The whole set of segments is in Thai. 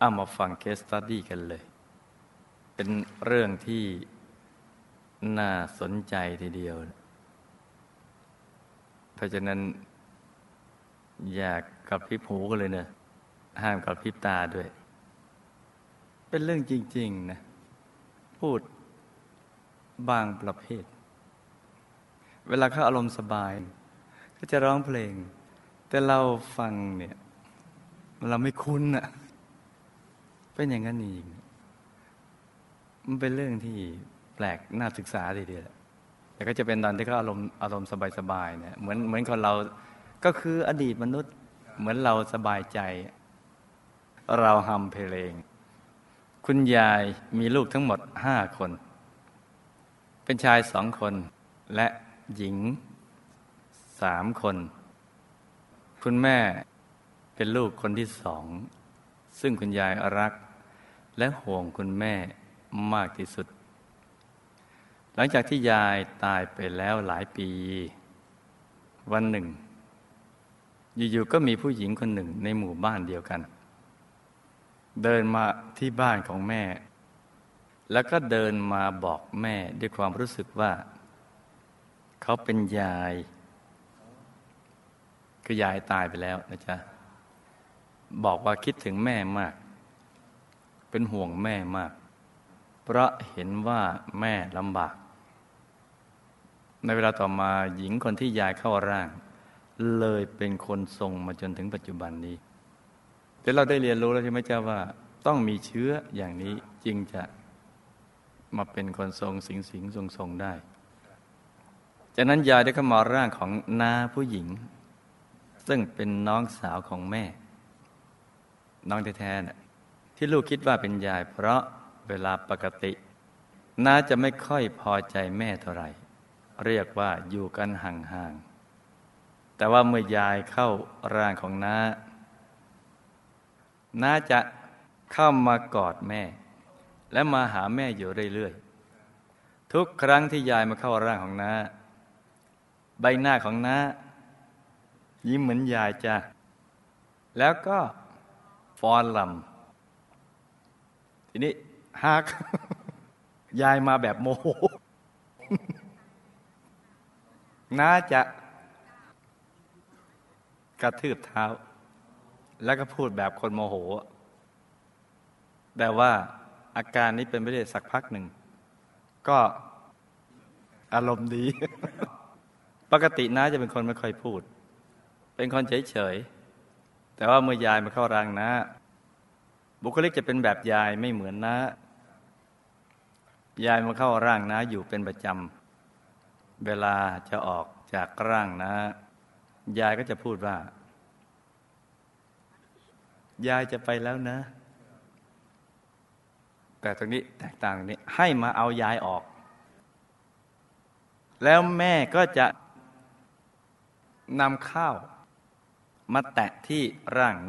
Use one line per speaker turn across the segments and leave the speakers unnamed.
เอามาฟังเคสสตัดดี้กันเลยเป็นเรื่องที่น่าสนใจทีเดียวเพราะฉะนั้นอยากกระพริบหูกันเลยนะห้ามกระพริบตาด้วยเป็นเรื่องจริงๆนะพูดบางประเภทเวลาเขาอารมณ์สบายก็จะร้องเพลงแต่เราฟังเนี่ยเราไม่คุ้นอ่ะเป็นอย่างนั้นเองมันเป็นเรื่องที่แปลกน่าศึกษาทีเดียวแต่ก็จะเป็นตอนที่เขาอารมณ์สบายๆเนี่ยเหมือนคนเราก็คืออดีตมนุษย์เหมือนเราสบายใจเราฮัมเพลงคุณยายมีลูกทั้งหมด5 คนเป็นชาย2 คนและหญิง3 คนคุณแม่เป็นลูกคนที่2ซึ่งคุณยายรักและห่วงคุณแม่มากที่สุดหลังจากที่ยายตายไปแล้วหลายปีวันหนึ่งอยู่ๆก็มีผู้หญิงคนหนึ่งในหมู่บ้านเดียวกันเดินมาที่บ้านของแม่แล้วก็เดินมาบอกแม่ด้วยความรู้สึกว่าเขาเป็นยายคือยายตายไปแล้วนะจ๊ะบอกว่าคิดถึงแม่มากเป็นห่วงแม่มากเพราะเห็นว่าแม่ลำบากในเวลาต่อมาหญิงคนที่ยายเข้าร่างเลยเป็นคนทรงมาจนถึงปัจจุบันนี้แต่เราได้เรียนรู้แล้วใช่ไหมจ๊ะว่าต้องมีเชื้ออย่างนี้จึงจะมาเป็นคนทรงสิงทรงได้จากนั้นยายได้เข้ามาร่างของน้าผู้หญิงซึ่งเป็นน้องสาวของแม่น้องแท้ๆน่ะที่ลูกคิดว่าเป็นยายเพราะเวลาปกติน้าจะไม่ค่อยพอใจแม่เท่าไหร่เรียกว่าอยู่กันห่างๆแต่ว่าเมื่อยายเข้าร่างของน้าจะเข้ามากอดแม่และมาหาแม่อยู่เรื่อยๆทุกครั้งที่ยายมาเข้าร่างของน้าใบหน้าของน้ายิ้มเหมือนยายจ้ะแล้วก็ฟ้อนรำทีนี้หาก ยายมาแบบโมโห น้าจะกระทืบเท้าแล้วก็พูดแบบคนโมโหแต่ว่าอาการนี้เป็นไปได้สักพักหนึ่งก็อารมณ์ดี ปกติน้าจะเป็นคนไม่ค่อยพูดเป็นคนเฉยๆแต่ว่าเมื่อยายมาเข้าร่างน้าบุคลิกจะเป็นแบบยายไม่เหมือนน้ายายมาเข้าร่างน้าอยู่เป็นประจำเวลาจะออกจากร่างน้ายายก็จะพูดว่ายายจะไปแล้วนะแต่ตรงนี้แตกต่างตรงนี้ให้มาเอายายออกแล้วแม่ก็จะนำข้าวมาแตะที่ร่าง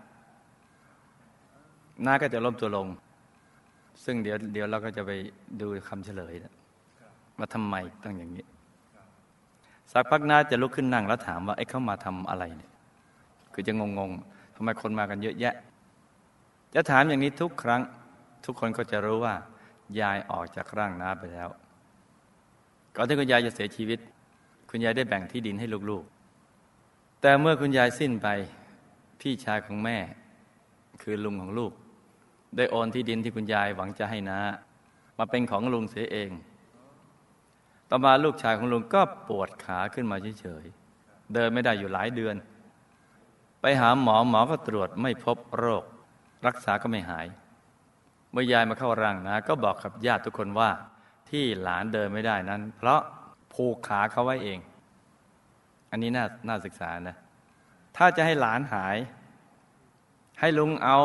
น้าก็จะล้มตัวลงซึ่งเดี๋ยวเราก็จะไปดูคำเฉลยว่าทำไมต้องอย่างนี้สักพักน้าจะลุกขึ้นนั่งแล้วถามว่าเขามาทำอะไรเนี่ยคือจะงงทำไมคนมากันเยอะแยะจะถามอย่างนี้ทุกครั้งทุกคนก็จะรู้ว่ายายออกจากร่างน้าไปแล้วก่อนที่คุณยายจะเสียชีวิตคุณยายได้แบ่งที่ดินให้ลูกๆแต่เมื่อคุณยายสิ้นไปพี่ชายของแม่คือลุงของลูกได้โอนที่ดินที่คุณยายหวังจะให้น้ามาเป็นของลุงเสียเองต่อมาลูกชายของลุงก็ปวดขาขึ้นมาเฉยๆเดินไม่ได้อยู่หลายเดือนไปหาหมอก็ตรวจไม่พบโรครักษาก็ไม่หายเมื่อยายมาเข้าร่างน้าก็บอกกับญาติทุกคนว่าที่หลานเดินไม่ได้นั้นเพราะผูกขาเขาไว้เองอันนี้น่าศึกษานะถ้าจะให้หลานหายให้ลุงเอา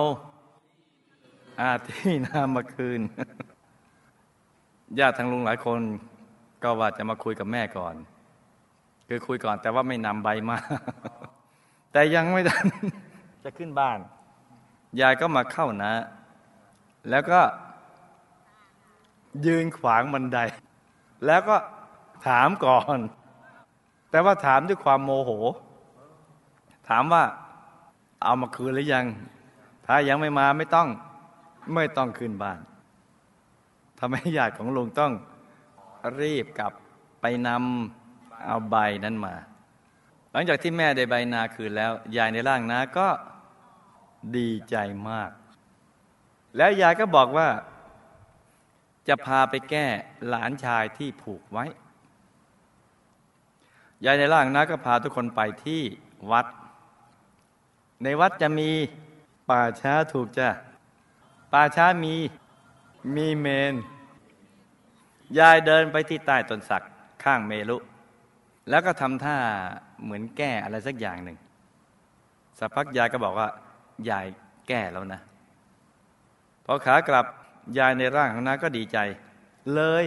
ที่นามาคืน ญาติทางลุงหลายคนก็ว่าจะมาคุยกับแม่ก่อนคือคุยก่อนแต่ว่าไม่นำใบมา แต่ยังไม่ทัน จะขึ้นบ้านยายก็มาเข้านะแล้วก็ยืนขวางบันไดแล้วก็ถามก่อนแต่ว่าถามด้วยความโมโหถามว่าเอามาคืนหรือยังพถ้ายังไม่มาไม่ต้องขึ้นบ้านทำให้ญาติของลุงต้องรีบกลับไปนำเอาใบนั้นมาหลังจากที่แม่ได้ใบนาคืนแล้วยายในร่างนาก็ดีใจมากแล้วยายก็บอกว่าจะพาไปแก้หลานชายที่ผูกไว้ยายในร่างนาก็พาทุกคนไปที่วัดในวัดจะมีป่าช้าถูกจ้ะป่าช้ามีเมนยายเดินไปที่ใต้ต้นสักข้างเมรุแล้วก็ทำท่าเหมือนแก้อะไรสักอย่างหนึ่งสักพักยายก็บอกว่ายายแก้แล้วนะพอขากลับยายในร่างของน้าก็ดีใจเลย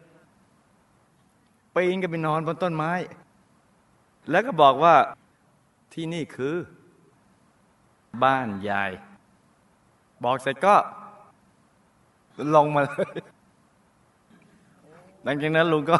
ปีนกันไปนอนบนต้นไม้แล้วก็บอกว่าที่นี่คือบ้านยายบอกเสร็จก็ลงมาเลยหลังจากนั้นลุงก็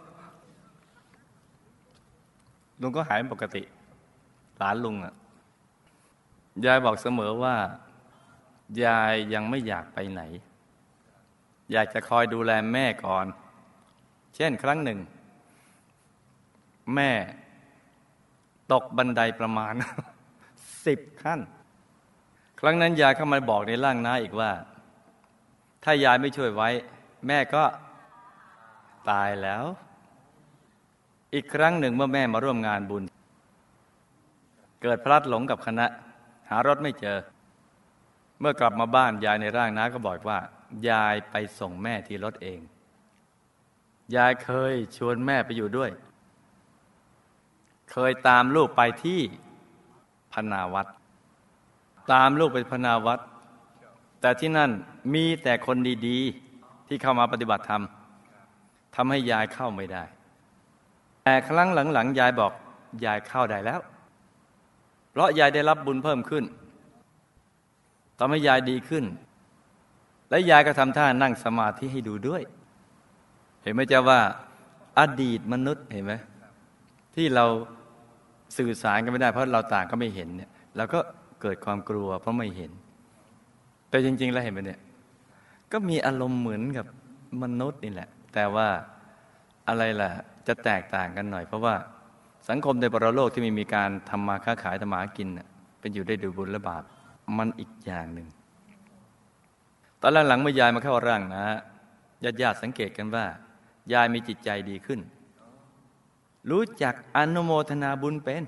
หายเป็นปกติหลานลุงอ่ะยายบอกเสมอว่ายายยังไม่อยากไปไหนอยากจะคอยดูแลแม่ก่อนเช่นครั้งหนึ่งแม่ตกบันไดประมาณ 10 ขั้นครั้งนั้นยายเข้ามาบอกในร่างน้าอีกว่าถ้ายายไม่ช่วยไว้แม่ก็ตายแล้วอีกครั้งหนึ่งเมื่อแม่มาร่วมงานบุญเกิดพลัดหลงกับคณะหารถไม่เจอเมื่อกลับมาบ้านยายในร่างน้าก็บอกว่ายายไปส่งแม่ที่รถเองยายเคยชวนแม่ไปอยู่ด้วยเคยตามลูกไปที่พนาวัดตามลูกไปพนาวัดแต่ที่นั่นมีแต่คนดีๆที่เข้ามาปฏิบัติธรรมทำให้ยายเข้าไม่ได้แต่ครั้งหลังๆยายบอกยายเข้าได้แล้วเพราะยายได้รับบุญเพิ่มขึ้นทำให้ยายดีขึ้นและยายก็ทำท่านั่งสมาธิให้ดูด้วยเห็นไหมจ๊ะว่าอดีตมนุษย์เห็นไหมที่เราสื่อสารกันไม่ได้เพราะเราต่างก็ไม่เห็นเนี่ยเราก็เกิดความกลัวเพราะไม่เห็นแต่จริงๆแล้วเห็นไหมเนี่ยก็มีอารมณ์เหมือนกับมนุษย์นี่แหละแต่ว่าอะไรล่ะจะแตกต่างกันหน่อยเพราะว่าสังคมในปรโลกที่ไม่มีการทำมาค้าขายทำมาหากินเป็นอยู่ได้ด้วยบุญและบาปมันอีกอย่างหนึ่งตอนหลังๆเมื่อยายมาเข้าร่างนะญาติสังเกตกันว่ายายมีจิตใจดีขึ้นรู้จักอนุโมทนาบุญเป็น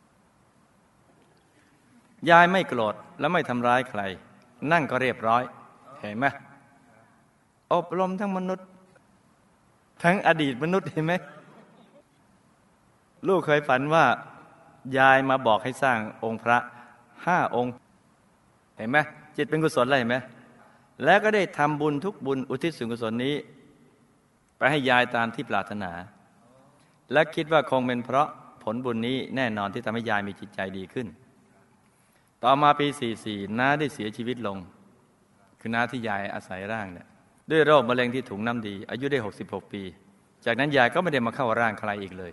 ยายไม่โกรธและไม่ทำร้ายใครนั่งก็เรียบร้อยเห็นไหมอบรมทั้งมนุษย์ทั้งอดีตมนุษย์เห็นไหมลูกเคยฝันว่ายายมาบอกให้สร้างองค์พระ5 องค์เห็นไหมจิตเป็นกุศลอะไรเห็นไหมแล้วก็ได้ทำบุญทุกบุญอุทิศส่วนกุศลนี้ไปให้ยายตามที่ปรารถนาและคิดว่าคงเป็นเพราะผลบุญนี้แน่นอนที่ทำให้ยายมีจิตใจดีขึ้นต่อมาปี44น้าได้เสียชีวิตลงคือน้าที่ยายอาศัยร่างเนี่ยด้วยโรคมะเร็งที่ถุงน้ำดีอายุได้66 ปีจากนั้นยายก็ไม่ได้มาเข้าร่างใครอีกเลย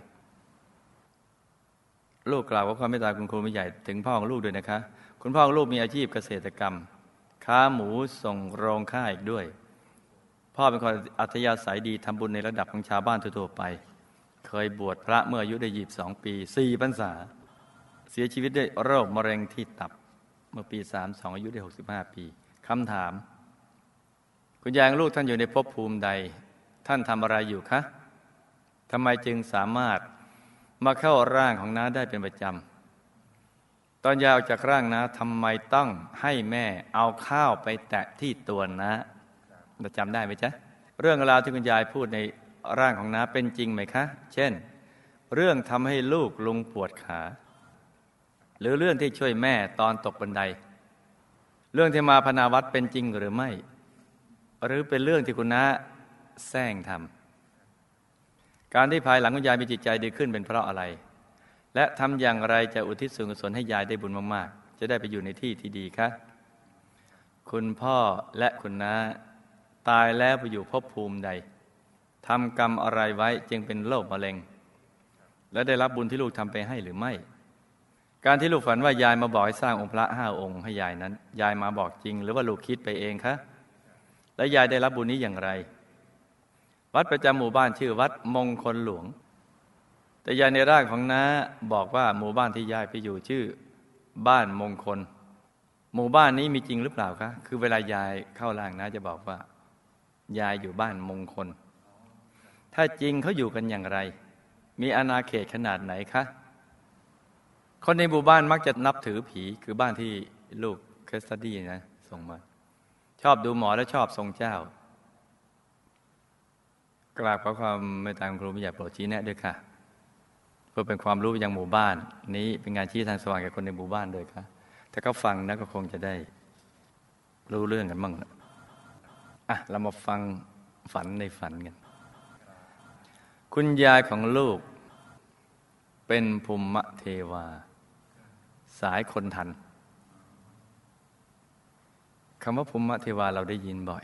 ลูกกล่าวว่าความเมตตาคุณครูไม่ใหญ่ถึงพ่อของลูกด้วยนะคะคุณพ่อของลูกมีอาชีพเกษตรกรรมค้าหมูส่งโรงฆ่าอีกด้วยพ่อเป็นคนอัธยาศัยดีทำบุญในระดับของชาวบ้านทั่วๆไปเคยบวชพระเมื่ออายุได้22 ปี4 พรรษาเสียชีวิตด้วยโรคมะเร็งที่ตับเมื่อปี32อายุได้65 ปีคำถามคุณยายลูกท่านอยู่ในภพภูมิใดท่านทำอะไรอยู่คะทำไมจึงสามารถมาเข้าร่างของน้าได้เป็นประจำตอนยายออกจากร่างน้าทำไมต้องให้แม่เอาข้าวไปแตะที่ตัวน้าเราจำได้ไหมจ๊ะเรื่องราวที่คุณยายพูดในร่างของน้าเป็นจริงไหมคะเช่นเรื่องทำให้ลูกลุงปวดขาหรือเรื่องที่ช่วยแม่ตอนตกบันไดเรื่องที่มาพนาวัดเป็นจริงหรือไม่หรือเป็นเรื่องที่คุณน้าแซงทำการที่ภายหลังคุณยายมีจิตใจดีขึ้นเป็นเพราะอะไรและทำอย่างไรจะอุทิศส่วนกุศลให้ยายได้บุญมากๆจะได้ไปอยู่ในที่ที่ดีคะคุณพ่อและคุณน้าตายแล้วไปอยู่ภพภูมิใดทำกรรมอะไรไว้จึงเป็นโรคมะเร็งและได้รับบุญที่ลูกทำไปให้หรือไม่การที่ลูกฝันว่ายายมาบอกให้สร้างองค์พระ5 องค์ให้ยายนั้นยายมาบอกจริงหรือว่าลูกคิดไปเองคะและยายได้รับบุญนี้อย่างไรวัดประจำหมู่บ้านชื่อวัดมงคลหลวงแต่ยายในร่างของน้าบอกว่าหมู่บ้านที่ยายไปอยู่ชื่อบ้านมงคลหมู่บ้านนี้มีจริงหรือเปล่าคะคือเวลายายเข้าร่างน้าจะบอกว่ายายอยู่บ้านมงคลถ้าจริงเขาอยู่กันอย่างไรมีอาณาเขตขนาดไหนคะคนในหมู่บ้านมักจะนับถือผีคือบ้านที่ลูกเคสตัดดี้นะส่งมาชอบดูหมอและชอบทรงเจ้ากราบขอความเมตตาครูไม่อยากโปรดชี้แนะด้วยค่ะเพื่อเป็นความรู้ยังหมู่บ้านนี้เป็นงานชี้ทางสว่างแก่คนในหมู่บ้านด้วยค่ะถ้าเขาฟังนะก็คงจะได้รู้เรื่องกันบ้างนะเรามาฟังฝันในฝันกันคุณยายของลูกเป็นภูมิเทวาสายคนทันคำว่าภูมิเทวาเราได้ยินบ่อย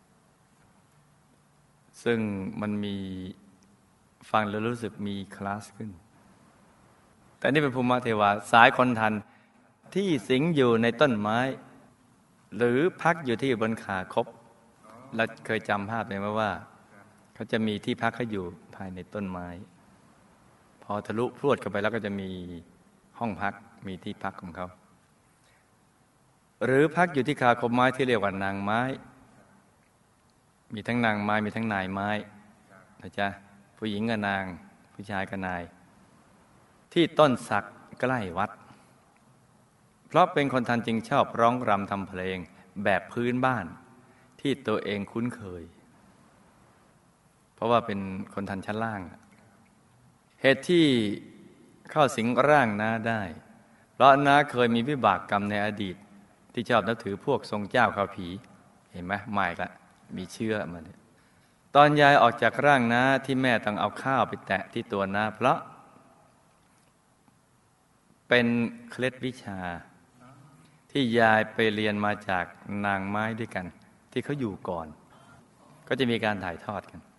ซึ่งมันมีฟังแล้วรู้สึกมีคลาสขึ้นแต่นี่เป็นภูมิเทวาสายคนทันที่สิงอยู่ในต้นไม้หรือพักอยู่ที่บนขาคบเราเคยจำภาพไหมว่าเขาจะมีที่พักเขาอยู่ภายในต้นไม้พอทะลุพรวดเข้าไปแล้วก็จะมีห้องพักมีที่พักของเขาหรือพักอยู่ที่ขาคบไม้ที่เรียกว่านางไม้มีทั้งนางไม้มีทั้งนายไม้นะจ๊ะผู้หญิงกับนางผู้ชายกับนายที่ต้นสักใกล้วัดเพราะเป็นคนทันจึงชอบร้องรำทำเพลงแบบพื้นบ้านที่ตัวเองคุ้นเคยเพราะว่าเป็นคนทันชั้นล่างเหตุที่เข้าสิงร่างน้าได้เพราะน้าเคยมีวิบากกรรมในอดีตที่ชอบนับถือพวกทรงเจ้าเขาผีเห็นไหมไม่ละมีเชื่อมาเนี่ยตอนยายออกจากร่างน้าที่แม่ต้องเอาข้าวไปแตะที่ตัวน้าเพราะเป็นเคล็ดวิชาที่ยายไปเรียนมาจากนางไม้ด้วยกันที่เขาอยู่ก่อนก็จะมีการถ่ายทอดกัน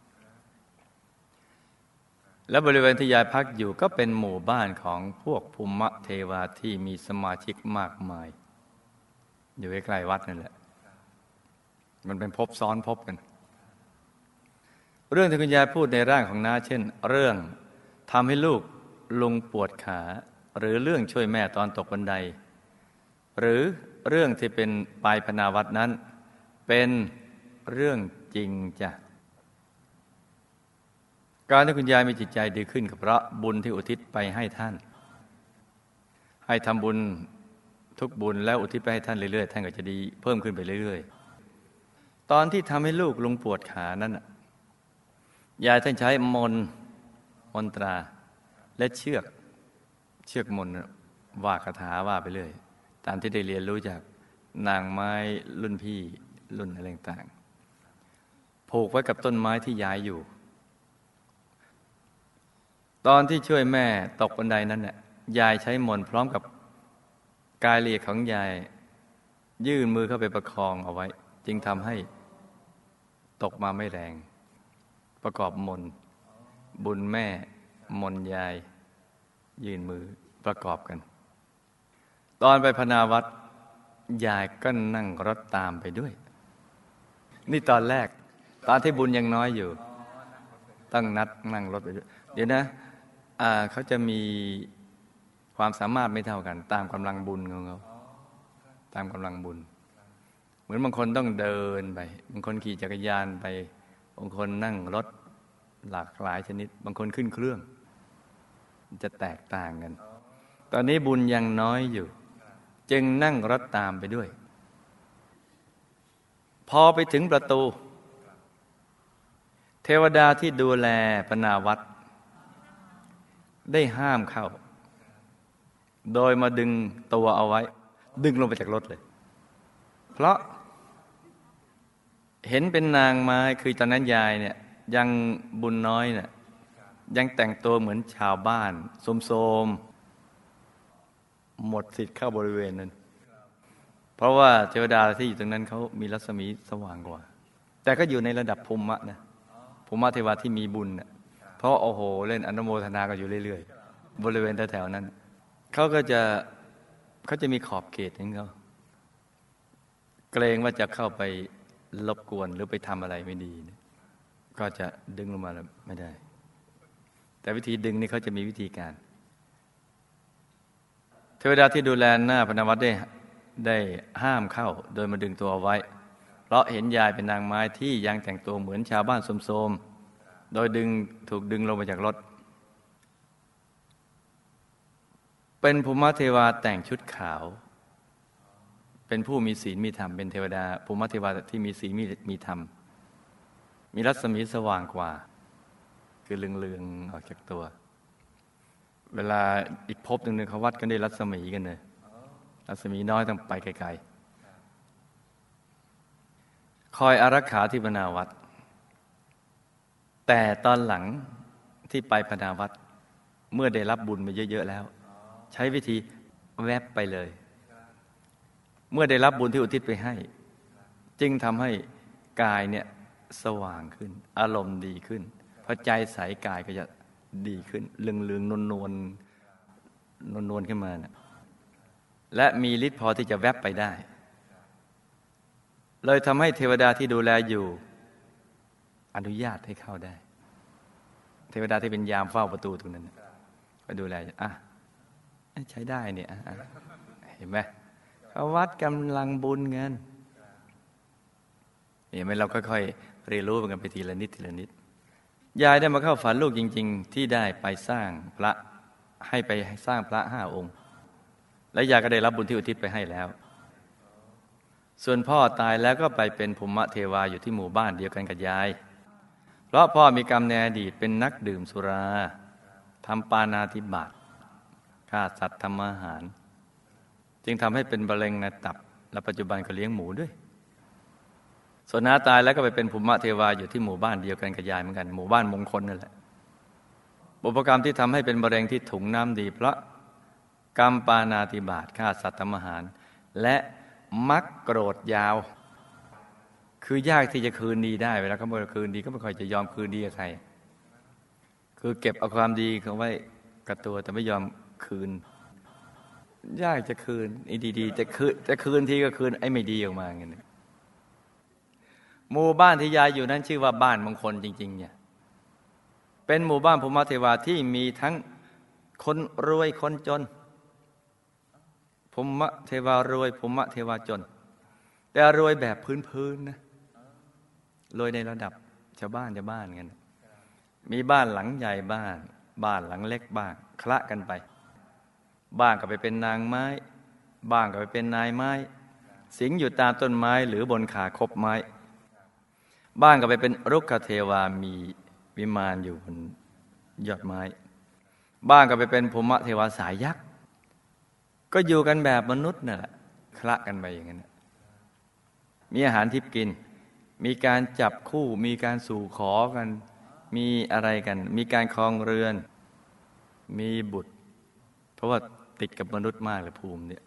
และบริเวณที่ยายพักอยู่ก็เป็นหมู่บ้านของพวกภูมิเทวาที่มีสมาชิกมากมายอยู่ใกล้ๆวัดนั่นแหละมันเป็นภพซ้อนภพกันเรื่องที่คุณยายพูดในร่างของน้าเช่นเรื่องทำให้ลูกลุงปวดขาหรือเรื่องช่วยแม่ตอนตกบันไดหรือเรื่องที่เป็นปลายพนาวัดนั้นเป็นเรื่องจริงจ้ะการที่คุณยายมีจิตใจดีขึ้นก็เพราะบุญที่อุทิศไปให้ท่านให้ทำบุญทุกบุญแล้วอุทิศไปให้ท่านเรื่อยๆท่านก็จะดีเพิ่มขึ้นไปเรื่อยๆตอนที่ทำให้ลูกลุงปวดขานั้นยายท่านใช้มนตราและเชือกมนว่าคาถาว่าไปเรื่อยตามที่ได้เรียนรู้จากนางไม้รุ่นพี่รุ่นอะไรต่างๆผูกไว้กับต้นไม้ที่ยายอยู่ตอนที่ช่วยแม่ตกบันไดนั้นเนี่ยยายใช้มนต์พร้อมกับกายละเอียดของยายยื่นมือเข้าไปประคองเอาไว้จึงทำให้ตกมาไม่แรงประกอบมนต์บุญแม่มนต์ยายยื่นมือประกอบกันตอนไปพนาวัดยายก็นั่งรถตามไปด้วยนี่ตอนแรกตอนที่บุญยังน้อยอยู่ต้องนัดนั่งรถไปด้วยเดี๋ยวนะเขาจะมีความสามารถไม่เท่ากันตามกำลังบุญของเขาตามกำลังบุญเหมือนบางคนต้องเดินไปบางคนขี่จักรยานไปบางคนนั่งรถหลากหลายชนิดบางคนขึ้นเครื่องจะแตกต่างกันตอนนี้บุญยังน้อยอยู่จึงนั่งรถตามไปด้วยพอไปถึงประตูเทวดาที่ดูแลพนาวัดได้ห้ามเข้าโดยมาดึงตัวเอาไว้ดึงลงไปจากรถเลยเพราะเห็นเป็นนางไม้คือตอนนั้นยายเนี่ยยังบุญน้อยเนี่ยยังแต่งตัวเหมือนชาวบ้านโสมๆหมดสิทธิ์เข้าบริเวณนั้นเพราะว่าเทวดาที่อยู่ตรงนั้นเขามีรัศมีสว่างกว่าแต่ก็อยู่ในระดับภูมินะภูมิเทวาที่มีบุญเพราะโอ้โหเล่นอนุโมทนากันอยู่เรื่อยๆบริเวณแถวๆนั้นเขาจะมีขอบเขตของเขาเกรงว่าจะเข้าไปรบกวนหรือไปทำอะไรไม่ดีก็จะดึงลงมาแล้วไม่ได้แต่วิธีดึงนี่เขาจะมีวิธีการเทวดาที่ดูแลหน้าพนวัตรได้ห้ามเข้าโดยมาดึงตัวเอาไว้เพราะเห็นยายเป็นนางไม้ที่ยังแต่งตัวเหมือนชาวบ้านโสมๆโดยถูกดึงลงมาจากรถเป็นภูมิเทวาแต่งชุดขาวเป็นผู้มีศีลมีธรรมเป็นเทวดาภูมิเทวาที่มีศีลมีธรรมมีรัศมีสว่างกว่าคือเรืองๆออกจากตัวเวลาอีกภพหนึ่งเขาวัดกันได้รัศมีกันเลยรัศมีน้อยต้องไปไกลๆคอยอารักขาที่พนาวัดแต่ตอนหลังที่ไปพนาวัดเมื่อได้รับบุญมาเยอะๆแล้วใช้วิธีแวบไปเลยเมื่อได้รับบุญที่อุทิศไปให้จึงทำให้กายเนี่ยสว่างขึ้นอารมณ์ดีขึ้นพอใจใสกายก็จะดีขึ้นเรืองๆนวลขึ้นมาเนี่ยและมีฤทธิ์พอที่จะแวบไปได้เลยทำให้เทวดาที่ดูแลอยู่อนุญาตให้เข้าได้เทวดาที่เป็นยามเฝ้าประตูตรงนั้นก็ดูแลใช้ได้เนี่ยเห็นไหมเขาวัดกำลังบุญกันเห็นไหมเราค่อยๆเรียนรู้กันไปทีละนิดทีละนิดยายได้มาเข้าฝันลูกจริงๆที่ได้ไปสร้างพระให้ไปสร้างพระ5 องค์และยายก็ได้รับบุญที่อุทิศไปให้แล้วส่วนพ่อตายแล้วก็ไปเป็นภูมิเทวาอยู่ที่หมู่บ้านเดียวกันกับยายเพราะพ่อมีกรรมในอดีตเป็นนักดื่มสุราทำปาณาติบาตฆ่าสัตว์ทำอาหารจึงทำให้เป็นมะเร็งในตับและปัจจุบันก็เลี้ยงหมูด้วยส่วนน้าตายแล้วก็ไปเป็นภูมิเทวาอยู่ที่หมู่บ้านเดียวกันกับยายเหมือนกันหมู่บ้านมงคลนั่นแหละบุพกรรมที่ทำให้เป็นมะเร็งที่ถุงน้ำดีเพราะกรรมปาณาติบาตฆ่าสัตว์ทำอาหารและมักโกรธยาวคือยากที่จะคืนดีได้เวลาเขาบอกคืนดีก็ไม่ค่อยจะยอมคืนดีกับใครคือเก็บเอาความดีเขาไว้กับตัวแต่ไม่ยอมคืนยากจะคืนไอ้ดีๆจะคืนทีก็คืนไอ้ไม่ดีออกมาอย่างนี้หมู่บ้านที่ยายอยู่นั้นชื่อว่าบ้านมงคลจริงๆเนี่ยเป็นหมู่บ้านภูมิเทวาที่มีทั้งคนรวยคนจนภูมิเทวารวยภูมิเทวาจนแต่รวยแบบพื้นๆนะรวยในระดับชาวบ้านกันมีบ้านหลังใหญ่บ้านหลังเล็กบ้างคละกันไปบ้างก็ไปเป็นนางไม้บ้างก็ไปเป็นนายไม้สิงอยู่ตามต้นไม้หรือบนขาคบไม้บ้างก็ไปเป็นรุกขเทวามีวิมานอยู่บนยอดไม้บ้างก็ไปเป็นภูมิเทวาสายยักษ์ก็อยู่กันแบบมนุษย์นั่นแหละคละกันไปอย่างนั้นมีอาหารทิพย์กินมีการจับคู่มีการสู่ขอกันมีอะไรกันมีการครองเรือนมีบุตรเพราะว่าติดกับมนุษย์มากเลยภูมิเนี่ย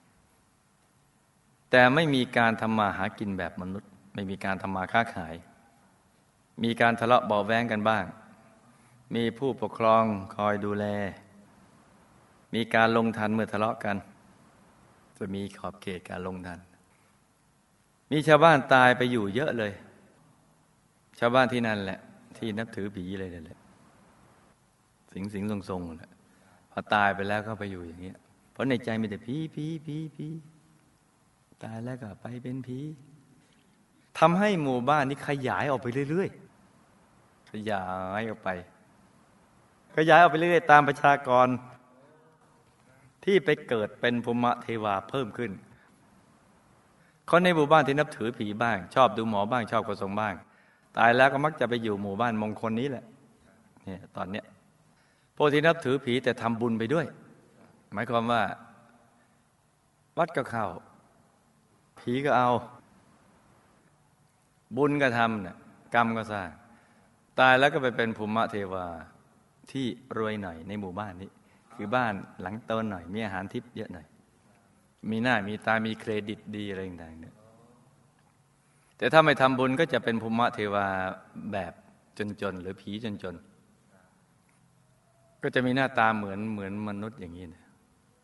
แต่ไม่มีการทำมาหากินแบบมนุษย์ไม่มีการทำมาค้าขายมีการทะเลาะเบาะแว้งกันบ้างมีผู้ปกครองคอยดูแลมีการลงทันเมื่อทะเลาะกันจะมีขอบเขตการลงทันมีชาวบ้านตายไปอยู่เยอะเลยชาวบ้านที่นั่นแหละที่นับถือผีเลยนั่นแหละสิงทรงๆแหละพอตายไปแล้วก็ไปอยู่อย่างเงี้ยเพราะในใจมีแต่ผีตายแล้วก็ไปเป็นผีทำให้หมู่บ้านนี้ขยายออกไปเรื่อยๆขยายออกไปเรื่อยๆตามประชากรที่ไปเกิดเป็นภูมิเทวาเพิ่มขึ้นคนในหมู่บ้านที่นับถือผีบ้างชอบดูหมอบ้างชอบกระทรงบ้างตายแล้วก็มักจะไปอยู่หมู่บ้านมงคลนี้แหละเนี่ยตอนเนี้ยพวกที่นับถือผีแต่ทำบุญไปด้วยหมายความว่าวัดก็เข้าผีก็เอาบุญก็ทำเนี่ยกรรมก็สร้างตายแล้วก็ไปเป็นภูมิเทวาที่รวยหน่อยในหมู่บ้านนี้คือบ้านหลังโตหน่อยมีอาหารทิพย์เยอะหน่อยมีหน้ามีตามีเครดิตดีอะไรต่างๆเนี่ยแต่ถ้าไม่ทำบุญก็จะเป็นภูมิเทวาแบบจนๆหรือผีจนๆก็จะมีหน้าตาเหมือนมนุษย์อย่างนี้นะ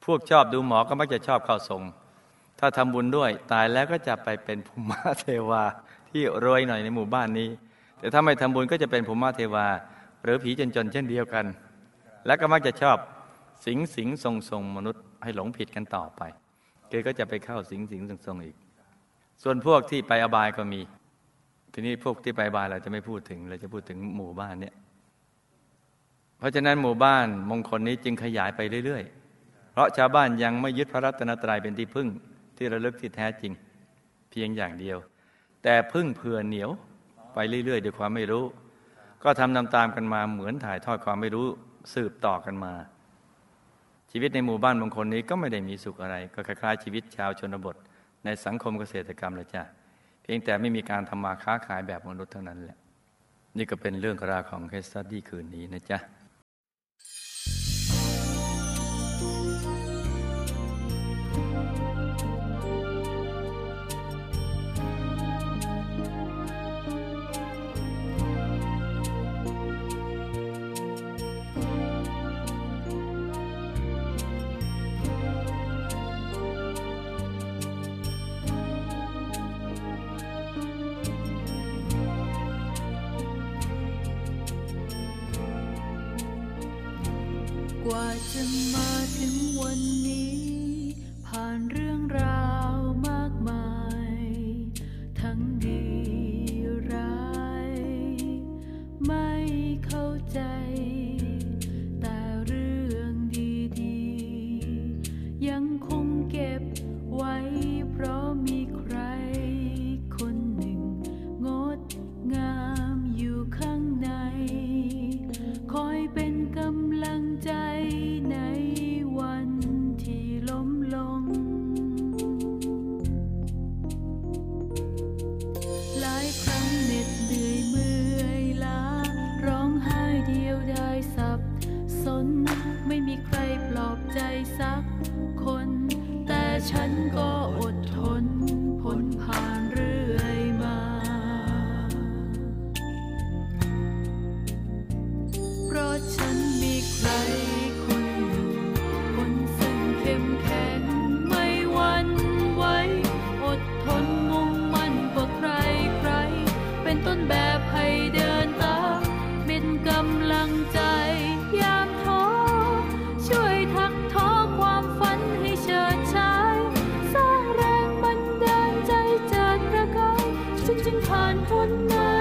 พวกชอบดูหมอก็มักจะชอบเข้าทรงถ้าทำบุญด้วยตายแล้วก็จะไปเป็นภูมิเทวาที่รวยหน่อยในหมู่บ้านนี้แต่ถ้าไม่ทำบุญก็จะเป็นภูมิเทวาหรือผีจนๆเช่นเดียวกันและก็มักจะชอบสิงทรงมนุษย์ให้หลงผิดกันต่อไปก็จะไปเข้าสิงทรงอีกส่วนพวกที่ไปอบายก็มีทีนี้พวกที่ไปอบายเราจะไม่พูดถึงเราจะพูดถึงหมู่บ้านเนี่ยเพราะฉะนั้นหมู่บ้านมงคลนี้จึงขยายไปเรื่อยๆเพราะชาวบ้านยังไม่ยึดพระรัตนตรัยเป็นที่พึ่งที่ระลึกที่แท้จริงเพียงอย่างเดียวแต่พึ่งเผื่อเหนียวไปเรื่อยๆด้วยความไม่รู้ก็ทำตามกันมาเหมือนถ่ายทอดความไม่รู้สืบต่อกันมาชีวิตในหมู่บ้านมงคลนี้ก็ไม่ได้มีสุขอะไรก็คล้ายๆชีวิตชาวชนบทในสังคมเกษตรกรรมเลยจ้ะเพียงแต่ไม่มีการทำมาค้าขายแบบมนุษย์เท่านั้นแหละนี่ก็เป็นเรื่องราวของเคสสตั๊ดดี้คืนนี้นะจ๊ะ
กว่าจะมาถึงวันนี้ผ่านเรื่องราวมากมายทั้งดีร้ายไม่เข้าใจแต่เรื่องดีๆยังคงเก็บไว้เพราะมีใครคนหนึ่งงดงามอยู่ข้างในคอยเป็นกำลังใจในวันที่ล้มลงหลายครั้งเหน็ดเหนื่อยเมื่อยล้าร้องไห้เดียวดายสับสนไม่มีใครปลอบใจสักคนแต่ฉันก็อดทนพ้นผ่านเรื่อยมาเพราะฉันมีใครคนหนึ่งคนซึ่งเข้มแข็งไม่หวั่นไหวอดทนมุ่งมั่นกว่าใครเป็นต้นแบบให้เดินตามเป็นกำลังใจยามท้อช่วยทักท้อความฝันให้เฉิดฉายสร้างแรงบันดาลใจเจิดประกายฉันจึงผ่านพ้นมา